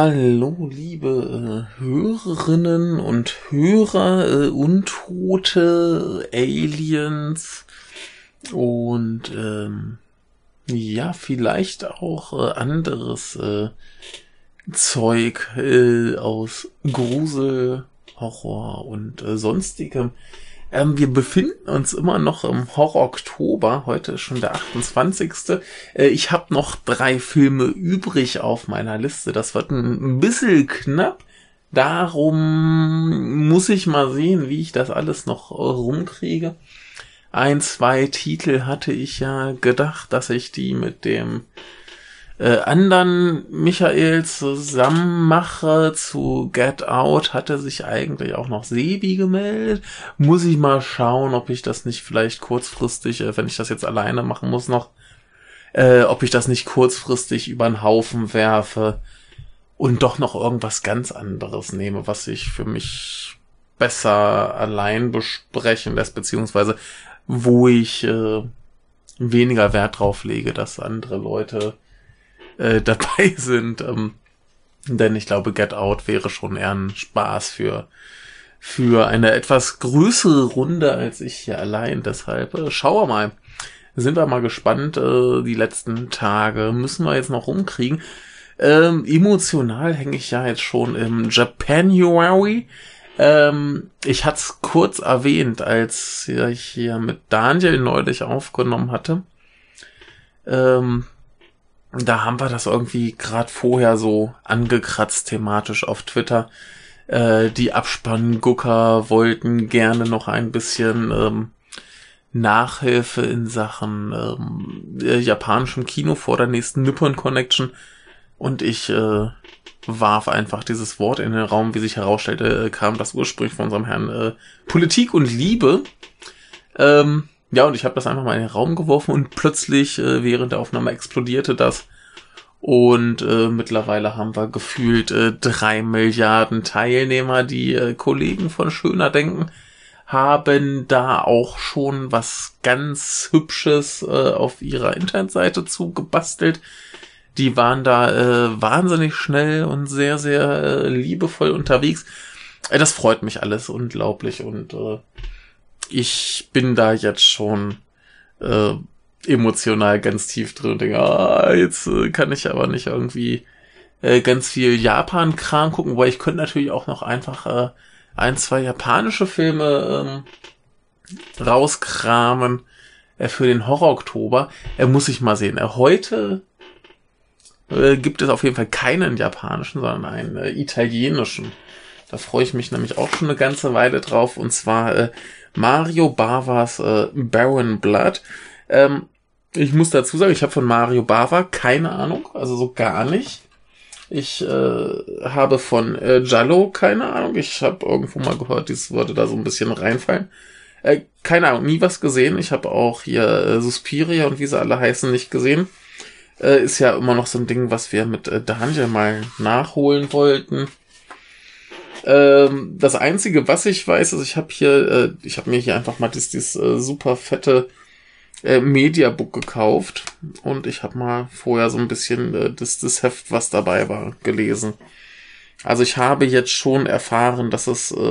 Hallo, liebe Hörerinnen und Hörer, Untote, Aliens und ja, vielleicht auch anderes Zeug aus Grusel, Horror und sonstigem. Wir befinden uns immer noch im Horror-Oktober. Heute ist schon der 28. Ich habe noch 3 Filme übrig auf meiner Liste. Das wird ein bisschen knapp. Darum muss ich mal sehen, wie ich das alles noch rumkriege. 1, 2 Titel hatte ich ja gedacht, dass ich die mit dem anderen Michael zusammen mache. Zu Get Out hatte sich eigentlich auch noch Sebi gemeldet. Muss ich mal schauen, ob ich das nicht vielleicht kurzfristig, wenn ich das jetzt alleine machen muss noch, ob ich das nicht kurzfristig über den Haufen werfe und doch noch irgendwas ganz anderes nehme, was sich für mich besser allein besprechen lässt, beziehungsweise wo ich weniger Wert drauf lege, dass andere Leute dabei sind, denn ich glaube, Get Out wäre schon eher ein Spaß für eine etwas größere Runde als ich hier allein. Deshalb schauen wir mal. Sind wir mal gespannt. Die letzten Tage müssen wir jetzt noch rumkriegen. Emotional hänge ich ja jetzt schon im Japanuary. Ich hatte es kurz erwähnt, als ich hier mit Daniel neulich aufgenommen hatte. Da haben wir das irgendwie gerade vorher so angekratzt thematisch auf Twitter. Die Abspanngucker wollten gerne noch ein bisschen Nachhilfe in Sachen japanischem Kino vor der nächsten Nippon Connection. Und ich warf einfach dieses Wort in den Raum. Wie sich herausstellte, kam das ursprünglich von unserem Herrn Politik und Liebe. Ja, und ich habe das einfach mal in den Raum geworfen und plötzlich während der Aufnahme explodierte das. Und mittlerweile haben wir gefühlt 3 Milliarden Teilnehmer. Die Kollegen von Schöner Denken haben da auch schon was ganz Hübsches auf ihrer Internetseite zugebastelt. Die waren da wahnsinnig schnell und sehr, sehr liebevoll unterwegs. Das freut mich alles unglaublich und ich bin da jetzt schon emotional ganz tief drin und denke, jetzt kann ich aber nicht irgendwie ganz viel Japan-Kram gucken, weil ich könnte natürlich auch noch einfach 1, 2 japanische Filme rauskramen für den Horror-Oktober. Muss ich mal sehen. Heute gibt es auf jeden Fall keinen japanischen, sondern einen italienischen. Da freue ich mich nämlich auch schon eine ganze Weile drauf, und zwar Mario Bavas Baron Blood. Ich muss dazu sagen, ich habe von Mario Bava keine Ahnung, also so gar nicht. Ich habe von Giallo keine Ahnung. Ich habe irgendwo mal gehört, dieses würde da so ein bisschen reinfallen. Keine Ahnung, nie was gesehen. Ich habe auch hier Suspiria und wie sie alle heißen nicht gesehen. Ist ja immer noch so ein Ding, was wir mit Daniel mal nachholen wollten. Das Einzige, was ich weiß, ist, ich habe mir hier einfach mal dieses super fette Mediabook gekauft und ich habe mal vorher so ein bisschen das Heft, was dabei war, gelesen. Also ich habe jetzt schon erfahren, dass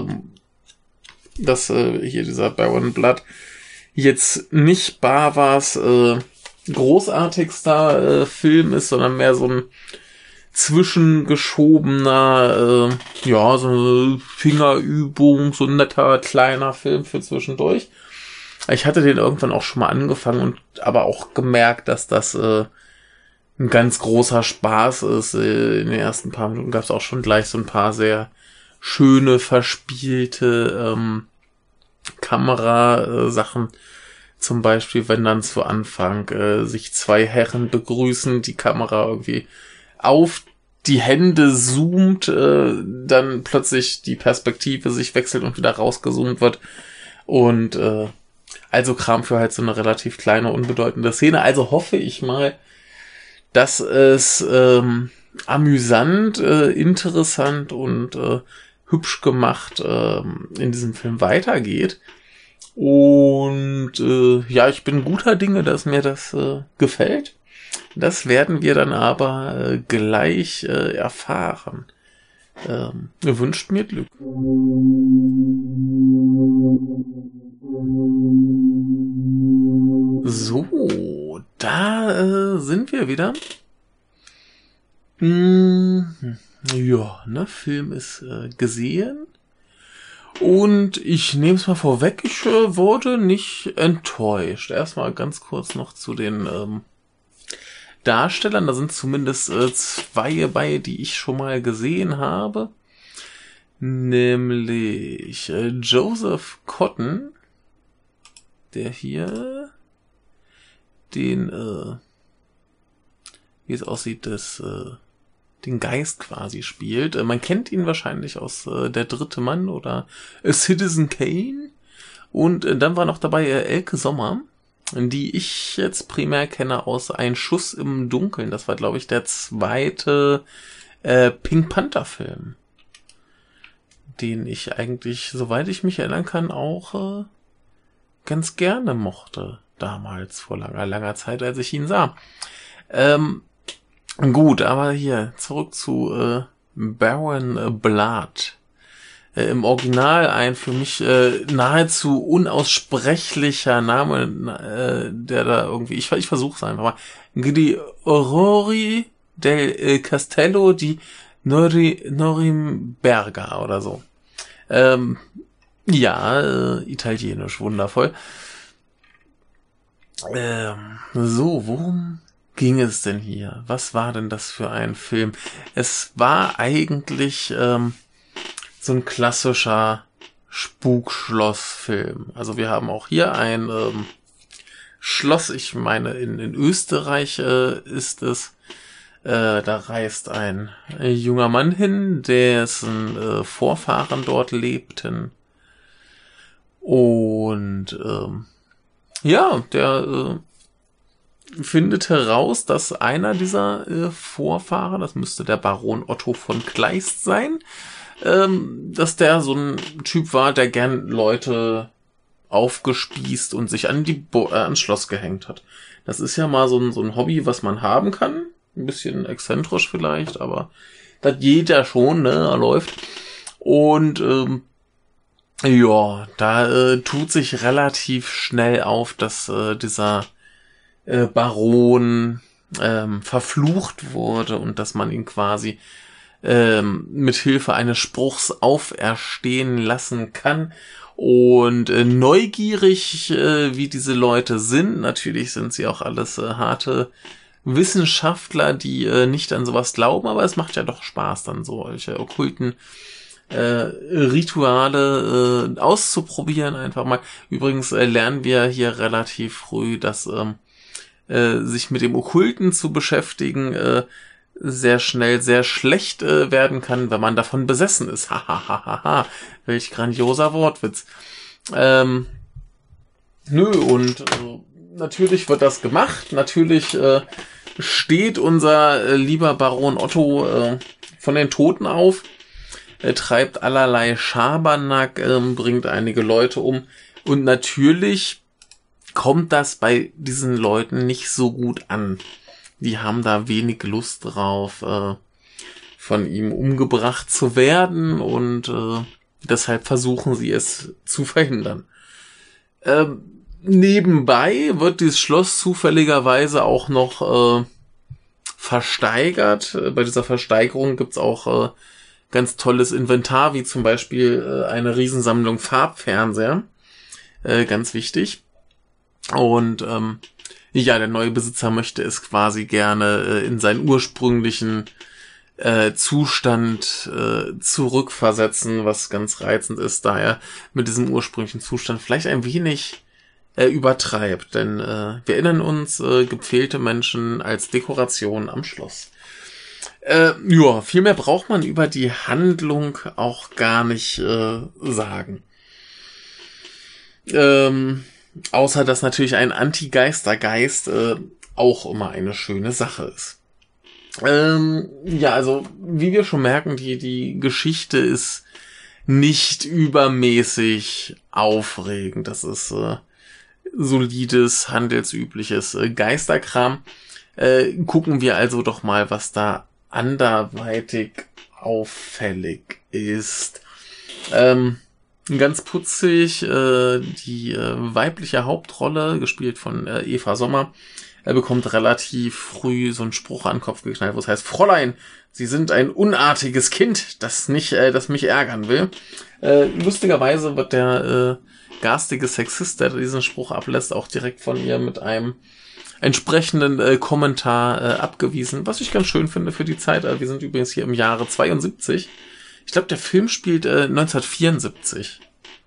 hier dieser Baron Blood jetzt nicht Bavas großartigster Film ist, sondern mehr so ein zwischengeschobener, so eine Fingerübung, so ein netter kleiner Film für zwischendurch. Ich hatte den irgendwann auch schon mal angefangen und aber auch gemerkt, dass das ein ganz großer Spaß ist. In den ersten paar Minuten gab es auch schon gleich so ein paar sehr schöne, verspielte Kamerasachen. Zum Beispiel, wenn dann zu Anfang sich 2 Herren begrüßen, die Kamera irgendwie auf die Hände zoomt, dann plötzlich die Perspektive sich wechselt und wieder rausgezoomt wird. Und also Kram für halt so eine relativ kleine, unbedeutende Szene. Also hoffe ich mal, dass es amüsant, interessant und hübsch gemacht in diesem Film weitergeht. Und ich bin guter Dinge, dass mir das gefällt. Das werden wir dann aber gleich erfahren. Wünscht mir Glück. So, da sind wir wieder. Ja, ne, Film ist gesehen. Und ich nehme es mal vorweg, ich wurde nicht enttäuscht. Erstmal ganz kurz noch zu den Darstellern. Da sind zumindest zwei bei, die ich schon mal gesehen habe. Nämlich Joseph Cotten, der hier den, wie es aussieht, den Geist quasi spielt. Man kennt ihn wahrscheinlich aus Der dritte Mann oder Citizen Kane. Und dann war noch dabei Elke Sommer, die ich jetzt primär kenne aus Ein Schuss im Dunkeln. Das war, glaube ich, der zweite Pink Panther Film, den ich eigentlich, soweit ich mich erinnern kann, auch ganz gerne mochte. Damals, vor langer Zeit, als ich ihn sah. Gut, aber hier, zurück zu Baron Blood. Im Original ein für mich nahezu unaussprechlicher Name, der da irgendwie, ich versuche es einfach mal. Grigory del Castello di Norimberga oder so. Ja, italienisch, wundervoll. So, worum ging es denn hier? Was war denn das für ein Film? Es war eigentlich so ein klassischer Spukschlossfilm. Also wir haben auch hier ein Schloss, ich meine in Österreich ist es. Da reist ein junger Mann hin, dessen Vorfahren dort lebten. Und ja, der findet heraus, dass einer dieser Vorfahren, das müsste der Baron Otto von Kleist sein, dass der so ein Typ war, der gern Leute aufgespießt und sich ans Schloss gehängt hat. Das ist ja mal so ein Hobby, was man haben kann. Ein bisschen exzentrisch vielleicht, aber das jeder schon, ne, er läuft. Und ja, da tut sich relativ schnell auf, dass dieser Baron verflucht wurde und dass man ihn quasi mit Hilfe eines Spruchs auferstehen lassen kann. Und neugierig, wie diese Leute sind, natürlich sind sie auch alles harte Wissenschaftler, die nicht an sowas glauben, aber es macht ja doch Spaß, dann solche okkulten Rituale auszuprobieren einfach mal. Übrigens lernen wir hier relativ früh, dass sich mit dem Okkulten zu beschäftigen sehr schnell sehr schlecht werden kann, wenn man davon besessen ist. Hahaha, welch grandioser Wortwitz. Und natürlich wird das gemacht. Natürlich steht unser lieber Baron Otto von den Toten auf, treibt allerlei Schabernack, bringt einige Leute um. Und natürlich kommt das bei diesen Leuten nicht so gut an. Die haben da wenig Lust drauf, von ihm umgebracht zu werden und deshalb versuchen sie es zu verhindern. Nebenbei wird dieses Schloss zufälligerweise auch noch versteigert. Bei dieser Versteigerung gibt's auch ganz tolles Inventar, wie zum Beispiel eine Riesensammlung Farbfernseher. Ganz wichtig. Und ja, der neue Besitzer möchte es quasi gerne in seinen ursprünglichen Zustand zurückversetzen, was ganz reizend ist, da er mit diesem ursprünglichen Zustand vielleicht ein wenig übertreibt. Denn wir erinnern uns, gepfählte Menschen als Dekoration am Schloss. Ja, viel mehr braucht man über die Handlung auch gar nicht sagen. Außer, dass natürlich ein Anti-Geistergeist auch immer eine schöne Sache ist. Ja, also wie wir schon merken, die Geschichte ist nicht übermäßig aufregend. Das ist solides, handelsübliches Geisterkram. Gucken wir also doch mal, was da anderweitig auffällig ist. Ganz putzig, die weibliche Hauptrolle, gespielt von Eva Sommer, bekommt relativ früh so einen Spruch an den Kopf geknallt, wo es heißt: Fräulein, Sie sind ein unartiges Kind, das mich ärgern will. Lustigerweise wird der garstige Sexist, der diesen Spruch ablässt, auch direkt von ihr mit einem entsprechenden Kommentar abgewiesen, was ich ganz schön finde für die Zeit. Wir sind übrigens hier im Jahre 72. Ich glaube, der Film spielt 1974.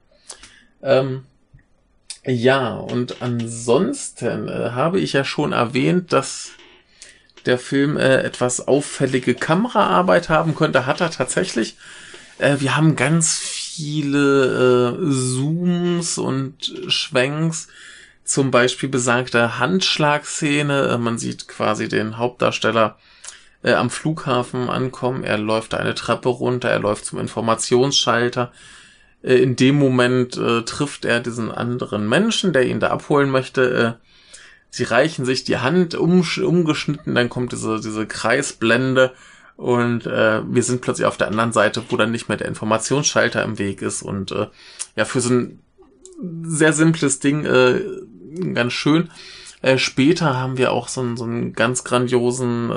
Ja, und ansonsten habe ich ja schon erwähnt, dass der Film etwas auffällige Kameraarbeit haben könnte. Hat er tatsächlich. Wir haben ganz viele Zooms und Schwenks. Zum Beispiel besagte Handschlagszene. Man sieht quasi den Hauptdarsteller am Flughafen ankommen. Er läuft eine Treppe runter, er läuft zum Informationsschalter. In dem Moment trifft er diesen anderen Menschen, der ihn da abholen möchte. Sie reichen sich die Hand umgeschnitten, dann kommt diese Kreisblende und wir sind plötzlich auf der anderen Seite, wo dann nicht mehr der Informationsschalter im Weg ist. Und ja, für so ein sehr simples Ding ganz schön. Später haben wir auch so einen ganz grandiosen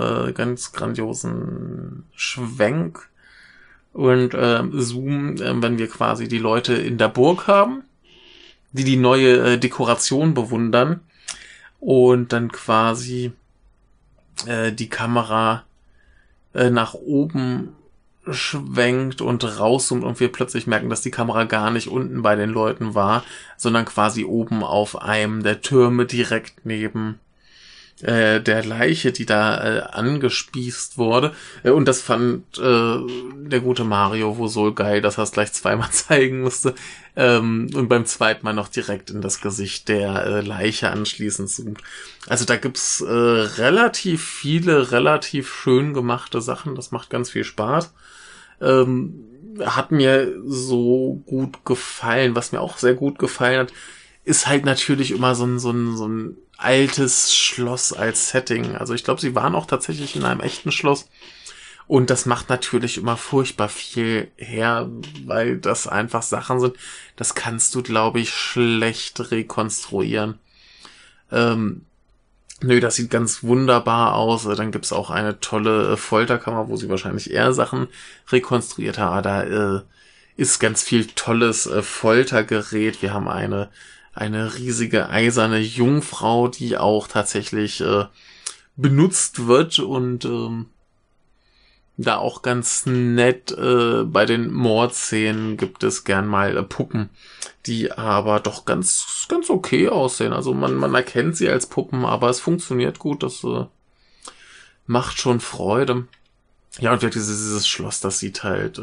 Schwenk und Zoom, wenn wir quasi die Leute in der Burg haben, die neue Dekoration bewundern und dann quasi die Kamera nach oben schwenkt und rauszoomt und wir plötzlich merken, dass die Kamera gar nicht unten bei den Leuten war, sondern quasi oben auf einem der Türme direkt neben der Leiche, die da angespießt wurde. Und das fand der gute Mario wohl so geil, dass er es gleich zweimal zeigen musste. Und beim zweiten Mal noch direkt in das Gesicht der Leiche anschließend zoomt. Also da gibt's relativ viele, relativ schön gemachte Sachen. Das macht ganz viel Spaß. Hat mir so gut gefallen. Was mir auch sehr gut gefallen hat, ist halt natürlich immer so ein altes Schloss als Setting. Also ich glaube, sie waren auch tatsächlich in einem echten Schloss. Und das macht natürlich immer furchtbar viel her, weil das einfach Sachen sind, das kannst du, glaube ich, schlecht rekonstruieren. Nö, das sieht ganz wunderbar aus. Dann gibt's auch eine tolle Folterkammer, wo sie wahrscheinlich eher Sachen rekonstruiert haben. Aber da ist ganz viel tolles Foltergerät. Wir haben eine riesige eiserne Jungfrau, die auch tatsächlich benutzt wird und da auch ganz nett bei den Mordszenen gibt es gern mal Puppen, die aber doch ganz okay aussehen. Also man erkennt sie als Puppen, aber es funktioniert gut. Das macht schon Freude. Ja, und dieses Schloss, das sieht halt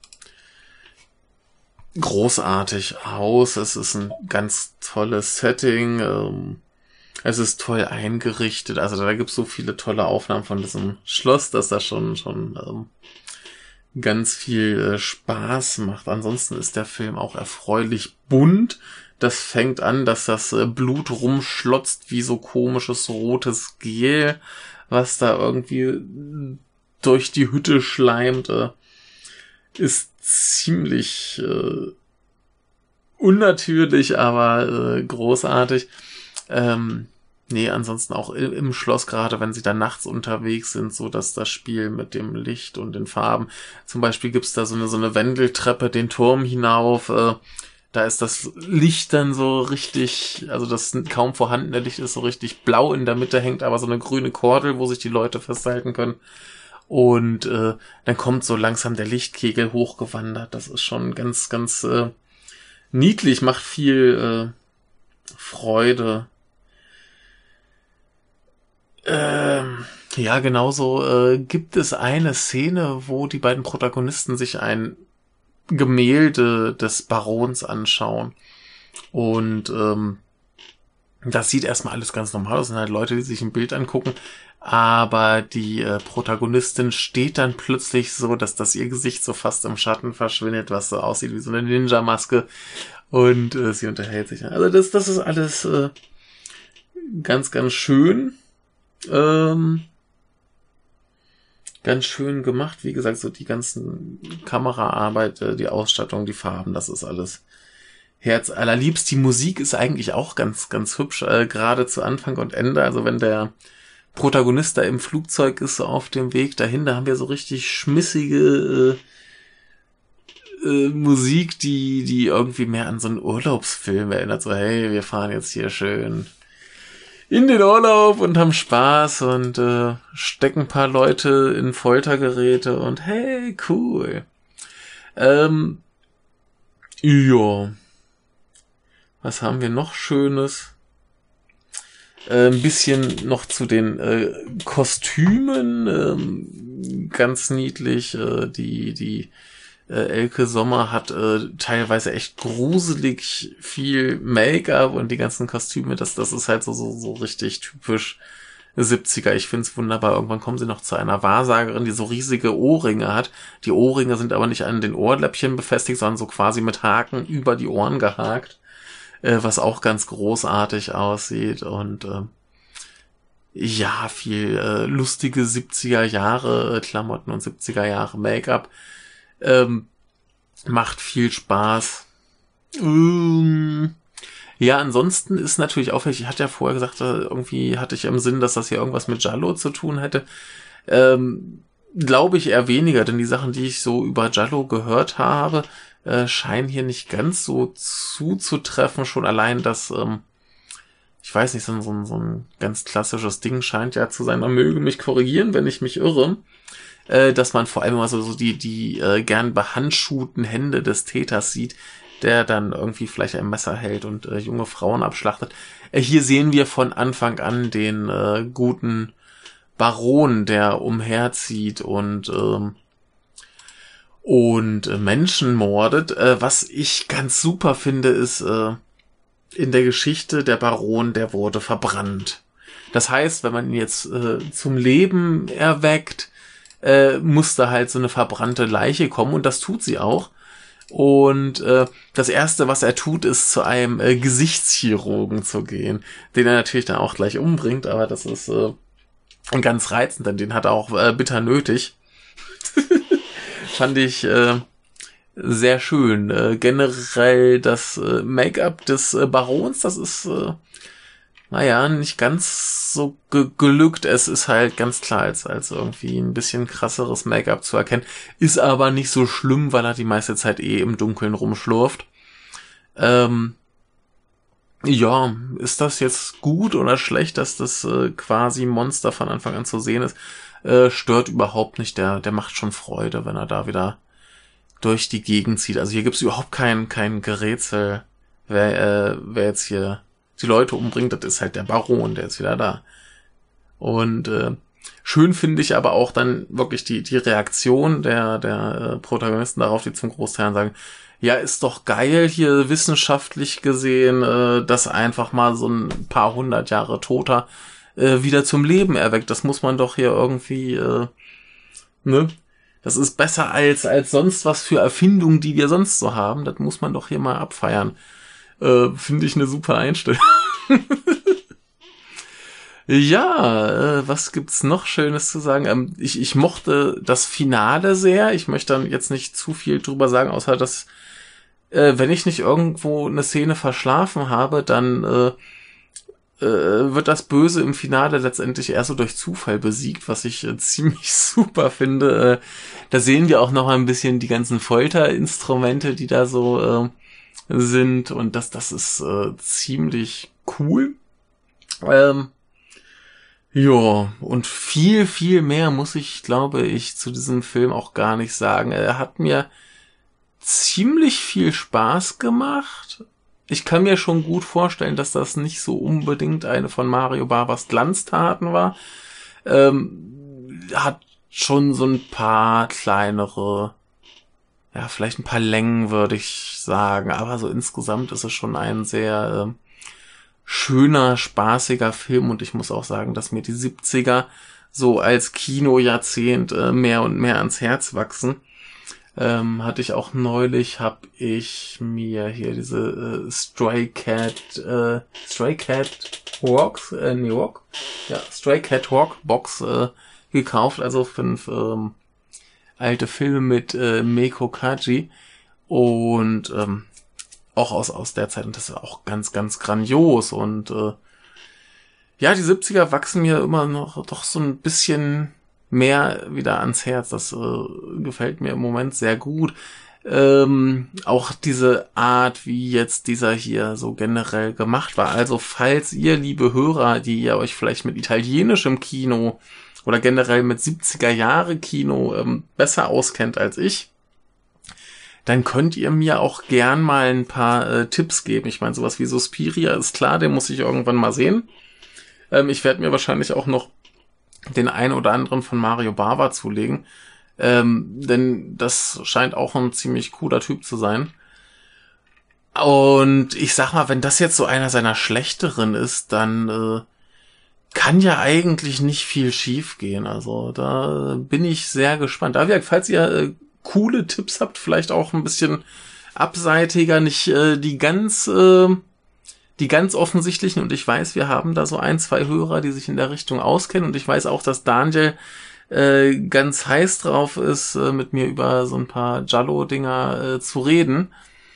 großartig aus. Es ist ein ganz tolles Setting. Es ist toll eingerichtet. Also da gibt es so viele tolle Aufnahmen von diesem Schloss, dass das schon ganz viel Spaß macht. Ansonsten ist der Film auch erfreulich bunt. Das fängt an, dass das Blut rumschlotzt wie so komisches rotes Gel, was da irgendwie durch die Hütte schleimt. Ist ziemlich unnatürlich, aber großartig. Ansonsten auch im Schloss, gerade wenn sie da nachts unterwegs sind, so dass das Spiel mit dem Licht und den Farben, zum Beispiel gibt's da so eine Wendeltreppe den Turm hinauf, da ist das Licht dann so richtig, also das kaum vorhandene Licht ist so richtig blau, in der Mitte hängt aber so eine grüne Kordel, wo sich die Leute festhalten können. Und dann kommt so langsam der Lichtkegel hochgewandert. Das ist schon ganz niedlich, macht viel Freude. Ja, genauso gibt es eine Szene, wo die beiden Protagonisten sich ein Gemälde des Barons anschauen. Und das sieht erstmal alles ganz normal aus. Das sind halt Leute, die sich ein Bild angucken. Aber die Protagonistin steht dann plötzlich so, dass das ihr Gesicht so fast im Schatten verschwindet, was so aussieht wie so eine Ninja-Maske. Und sie unterhält sich. Also das ist alles ganz schön. Ganz schön gemacht. Wie gesagt, so die ganzen Kameraarbeit, die Ausstattung, die Farben, das ist alles Herz allerliebst. Die Musik ist eigentlich auch ganz, ganz hübsch, gerade zu Anfang und Ende. Also wenn der Protagonist da im Flugzeug ist, so auf dem Weg dahin, da haben wir so richtig schmissige Musik, die irgendwie mehr an so einen Urlaubsfilm erinnert. So, hey, wir fahren jetzt hier schön in den Urlaub und haben Spaß und stecken ein paar Leute in Foltergeräte und hey, cool. Ja. Was haben wir noch Schönes? Ein bisschen noch zu den Kostümen. Ganz niedlich. Die Elke Sommer hat teilweise echt gruselig viel Make-up und die ganzen Kostüme. Das ist halt so richtig typisch 70er. Ich find's wunderbar. Irgendwann kommen sie noch zu einer Wahrsagerin, die so riesige Ohrringe hat. Die Ohrringe sind aber nicht an den Ohrläppchen befestigt, sondern so quasi mit Haken über die Ohren gehakt. Was auch ganz großartig aussieht und ja, viel lustige 70er Jahre Klamotten und 70er Jahre Make-up. Macht viel Spaß. Ja, ansonsten ist natürlich auffällig, ich hatte ja vorher gesagt, irgendwie hatte ich im Sinn, dass das hier irgendwas mit Giallo zu tun hätte. Glaube ich eher weniger, denn die Sachen, die ich so über Giallo gehört habe, scheinen hier nicht ganz so zuzutreffen. Schon allein das, ich weiß nicht, so ein ganz klassisches Ding scheint ja zu sein. Man möge mich korrigieren, wenn ich mich irre, dass man vor allem immer so die gern behandschuhten Hände des Täters sieht, der dann irgendwie vielleicht ein Messer hält und junge Frauen abschlachtet. Hier sehen wir von Anfang an den guten Baron, der umherzieht und Menschen mordet. Was ich ganz super finde, ist in der Geschichte, der Baron, der wurde verbrannt. Das heißt, wenn man ihn jetzt zum Leben erweckt, muss da halt so eine verbrannte Leiche kommen und das tut sie auch. Und das Erste, was er tut, ist zu einem Gesichtschirurgen zu gehen, den er natürlich dann auch gleich umbringt, aber das ist ganz reizend, denn den hat er auch bitter nötig. Fand ich sehr schön. Generell das Make-up des Barons, das ist nicht ganz so gelückt. Es ist halt ganz klar als irgendwie ein bisschen krasseres Make-up zu erkennen. Ist aber nicht so schlimm, weil er die meiste Zeit im Dunkeln rumschlurft. Ja, ist das jetzt gut oder schlecht, dass das quasi Monster von Anfang an zu sehen ist? Stört überhaupt nicht. Der macht schon Freude, wenn er da wieder durch die Gegend zieht. Also hier gibt's überhaupt kein Gerätsel, wer jetzt hier die Leute umbringt. Das ist halt der Baron, der ist wieder da. Und schön finde ich aber auch dann wirklich die Reaktion der Protagonisten darauf, die zum Großteil sagen, ja, ist doch geil hier wissenschaftlich gesehen, dass einfach mal so ein paar 100 Jahre Toter wieder zum Leben erweckt. Das muss man doch hier irgendwie, ne? Das ist besser als sonst was für Erfindungen, die wir sonst so haben. Das muss man doch hier mal abfeiern. Finde ich eine super Einstellung. Ja, was gibt's noch Schönes zu sagen? Ich mochte das Finale sehr. Ich möchte dann jetzt nicht zu viel drüber sagen, außer dass, wenn ich nicht irgendwo eine Szene verschlafen habe, dann wird das Böse im Finale letztendlich eher so durch Zufall besiegt, was ich ziemlich super finde. Da sehen wir auch noch ein bisschen die ganzen Folterinstrumente, die da so sind, und das ist ziemlich cool. Ja, und viel, viel mehr muss ich, glaube ich, zu diesem Film auch gar nicht sagen. Er hat mir ziemlich viel Spaß gemacht. Ich kann mir schon gut vorstellen, dass das nicht so unbedingt eine von Mario Barbers Glanztaten war. Hat schon so ein paar kleinere, ja, vielleicht ein paar Längen, würde ich sagen. Aber so insgesamt ist es schon ein sehr schöner, spaßiger Film. Und ich muss auch sagen, dass mir die 70er so als Kinojahrzehnt mehr und mehr ans Herz wachsen. Hatte ich auch neulich, habe ich mir hier diese Stray Cat Stray Cat Walk Box gekauft, also 5 alte Filme mit Meiko Kaji und auch aus der Zeit, und das ist auch ganz, ganz grandios, und ja, die 70er wachsen mir immer noch doch so ein bisschen mehr wieder ans Herz. Das gefällt mir im Moment sehr gut. Auch diese Art, wie jetzt dieser hier so generell gemacht war. Also falls ihr, liebe Hörer, die ihr euch vielleicht mit italienischem Kino oder generell mit 70er-Jahre-Kino besser auskennt als ich, dann könnt ihr mir auch gern mal ein paar Tipps geben. Ich meine, sowas wie Suspiria ist klar, den muss ich irgendwann mal sehen. Ich werde mir wahrscheinlich auch noch den einen oder anderen von Mario Bava zulegen, denn das scheint auch ein ziemlich cooler Typ zu sein. Und ich sag mal, wenn das jetzt so einer seiner schlechteren ist, dann kann ja eigentlich nicht viel schief gehen. Also da bin ich sehr gespannt. Aber falls ihr coole Tipps habt, vielleicht auch ein bisschen abseitiger, nicht die ganz offensichtlichen, und ich weiß, wir haben da so 1, 2 Hörer, die sich in der Richtung auskennen, und ich weiß auch, dass Daniel ganz heiß drauf ist, mit mir über so ein paar Giallo-Dinger zu reden.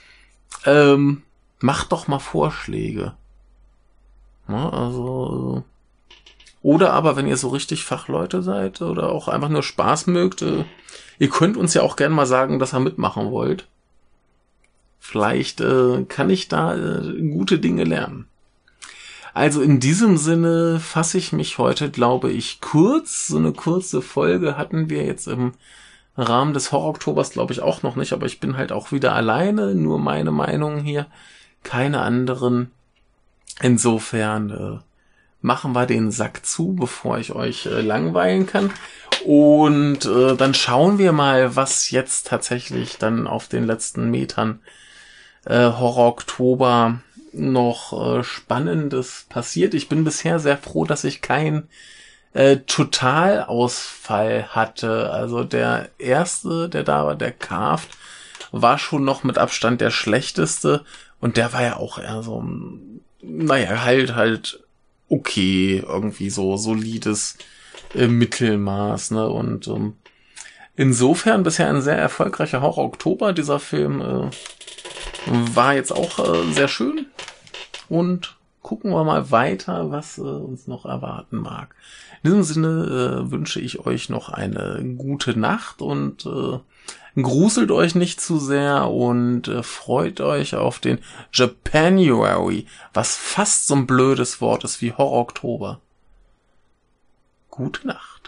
Macht doch mal Vorschläge. Ja, also oder aber, wenn ihr so richtig Fachleute seid oder auch einfach nur Spaß mögt, ihr könnt uns ja auch gerne mal sagen, dass ihr mitmachen wollt. Vielleicht kann ich da gute Dinge lernen. Also in diesem Sinne fasse ich mich heute, glaube ich, kurz. So eine kurze Folge hatten wir jetzt im Rahmen des Horror-Oktobers, glaube ich, auch noch nicht. Aber ich bin halt auch wieder alleine, nur meine Meinung hier, keine anderen. Insofern machen wir den Sack zu, bevor ich euch langweilen kann. Und dann schauen wir mal, was jetzt tatsächlich dann auf den letzten Metern Horror-Oktober noch Spannendes passiert. Ich bin bisher sehr froh, dass ich keinen Totalausfall hatte. Also der erste, der da war, der Carved, war schon noch mit Abstand der schlechteste, und der war ja auch eher so, naja, halt okay, irgendwie so solides Mittelmaß, ne? Und insofern bisher ein sehr erfolgreicher Horror-Oktober. Dieser Film war jetzt auch sehr schön, und gucken wir mal weiter, was uns noch erwarten mag. In diesem Sinne wünsche ich euch noch eine gute Nacht, und gruselt euch nicht zu sehr, und freut euch auf den Japanuary, was fast so ein blödes Wort ist wie Horror-Oktober. Gute Nacht.